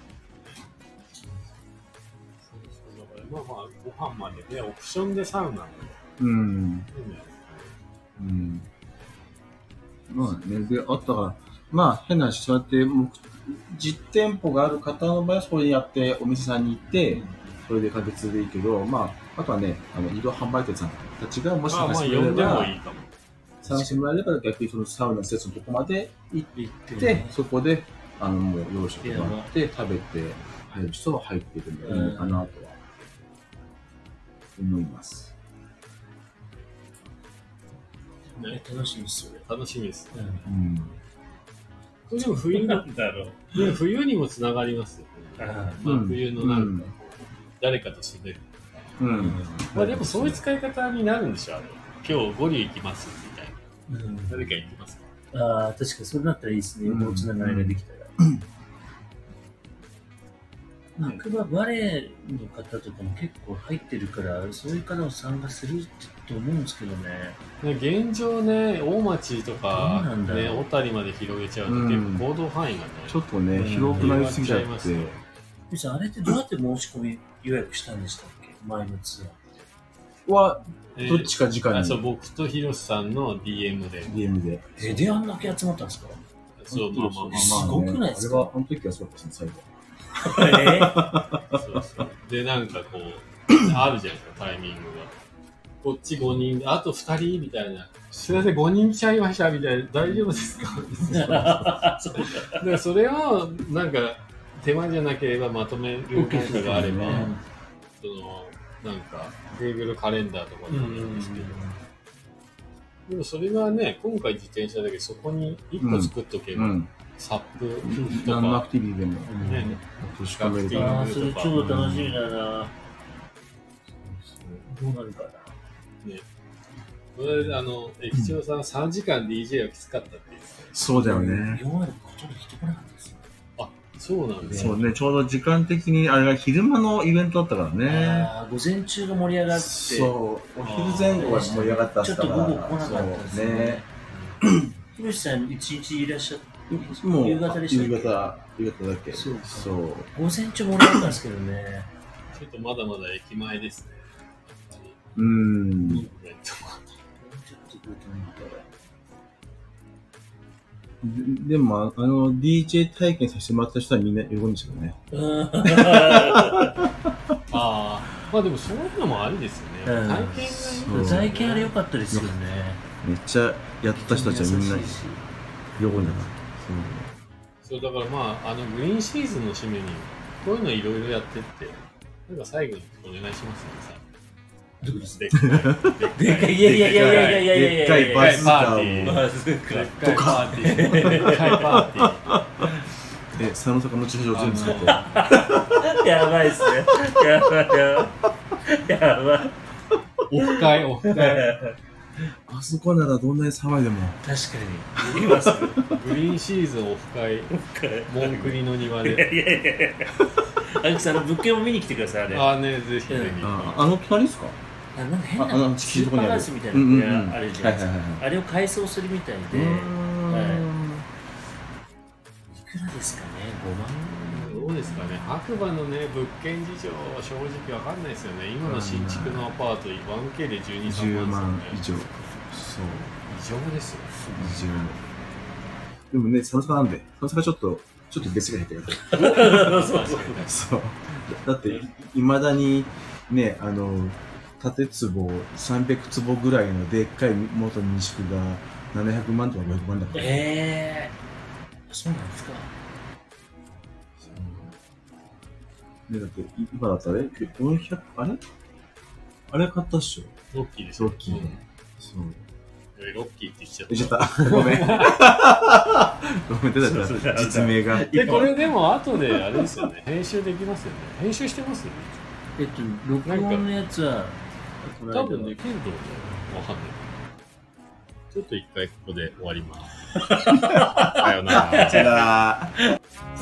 まあまあ、ご飯までね、オプションでサウナもうん。 いいんじゃないですかね。 うん。まあね、で、あったから、まあ変な話、そうやって目、実店舗がある方の場合はそれやってお店さんに行って、それで解決でいいけど、まあ、あとはね、あの、移動販売店さんたちがもしああ、まあ、 探してくれれ呼んでもば、 いいかも。 探してもらえれば逆にそのサウナ施設のとこまで行っ行ってて、そこで、あの、もう用意してもらって、食べて、入る人は入ってるんでいいのかなとは、思います。 ね、 楽しみですよね。 楽しみです。 うん。 これでも冬に、 なんだろう。 でも冬にもつながりますよね。 あまあ、 うん冬のなんかこう、誰かと住んでる。 うん。 まあでもそういう使い方になるんでしょ、あれ。今日ゴリ行きますみたいな。 うん誰か行きますか？ ああ、確かにそれだったらいいですね。 うん横のつながりができたら。白馬バレーの方とかも結構入ってるから、そういう方も参加すると思うんですけどね。 ね現状ね、大町とかどうなんだろうね、小谷まで広げちゃうとうん結構行動範囲がね、 ちょっとね、 うん広くなりすぎちゃって、 広ゆうさん、あれってどうやって申し込み予約したんでしたっけ？前のツアー。 は、 えーどっちか直にあそう、僕とヒロシさんの ディーエム で。 ディーエム で。 え、であんだけ集まったんですか？ そう、まあまあまあすごくないですかあれは、あの時はそうだったですね、最後。 えまあ。そうそう。で、なんかこう、あるじゃないですか、タイミングが。こっちごにんで、あとふたりみたいな。すいません、ごにん来ちゃいましたみたいな。大丈夫ですかだからそれを、なんか、手間じゃなければまとめるなんかがあれば、その、なんか、Google カレンダーとかでもいいんですけど、 でもそれがね、今回自転車だけど、そこにいっこ作っとけば、 うん。 サップと何のアか、 クティビティでもね、 落とし込めるかうんら。 ああ、それ超楽しみだな。どうなるかな。 ね。それで、あの、駅長さんさんじかん ディージェー はきつかったって言ってたよ。 そうだよね。 今までほとんど来てこなかったですよ。 あ、そうなんですそうね、ちょうど時間的に、あれが昼間のイベントだったからね。 ああ、午前中が盛り上がって、 そう、お昼前後は盛り上がったっちょたから。 っと午後来なかったですそうね。ひろしさん、一日いらっしゃって、 もう、 夕方でしたっけ夕方、夕方だっけ。 そうかそう。 午前中盛り上がったんですけどね。 ちょっとまだまだ駅前ですね。 うーん。 イベントがちょっと来ると思ったら。 ででも、あの、ディージェー 体験させてもらった人はみんな喜んでましたよね。 ああ、まあでもそういうのもありですよね。 うん体験がねそう体験あれ良かったですよね。 めっちゃやった人たちはみんな優しいし喜んでた。 そうだからまあ、あのグリーンシーズンの締めに、こういうのいろいろやってって、なんか最後にお願いしますね、さ。 どういうことでっかい、 でかい、いやいやいやいやいやいやいやいやでっかいバズーカーを。 バズーカでっかいパーティー、でっかいパーティー。 え、佐野坂の駐車場全部使って。 やばいっすね。やばいやばい。やばい。 オフ会、オフ会。 あそこならどんなに騒いでも。 確かに。いますグリーンシーズンオフ会、モンクリの庭で。 いやいやいやいや。アンクさん、あの物件も見に来てください、あれ。 ああね、ぜひぜひ。 ああの隣ですか？ あなんか変ああのなスーパーハウスみたいなうんうんのうんがあるじゃないですかはいはいはいはい。 あれを改装するみたいで、 うーんいくらですかね、ごまん。 どうですかね、白馬のね、物件事情は正直わかんないですよね。今の新築のアパート、ワンケー でじゅうに、さんじゅうままんですよね。 ん以上。そう。 異常ですよ。 以上。でもね、佐野坂なんで、佐野坂ちょっと、ちょっと別が入ってるから。 そうそう。 そう。だって、いいまだに、ね、あの、建坪さんびゃくつぼぐらいのでっかい元民宿がななひゃくまんとかごひゃくまんだから。 ええー、そうなんですか。 ね、だって、い今だったら、えよんひゃく、あれあれ買ったっしょロッキーですよ。 ロッキーうんそう。 ロッキーって言っちゃっ。 言っちゃったた。ごめん。ごめん、出たそうそう出た。実名が。 で、これでも後であれですよね、編集できますよね。編集してますよね。 えっと、録音のやつは、この間多分できると思う。わかんない。ちょっと一回ここで終わります。さよなら。 さよなら。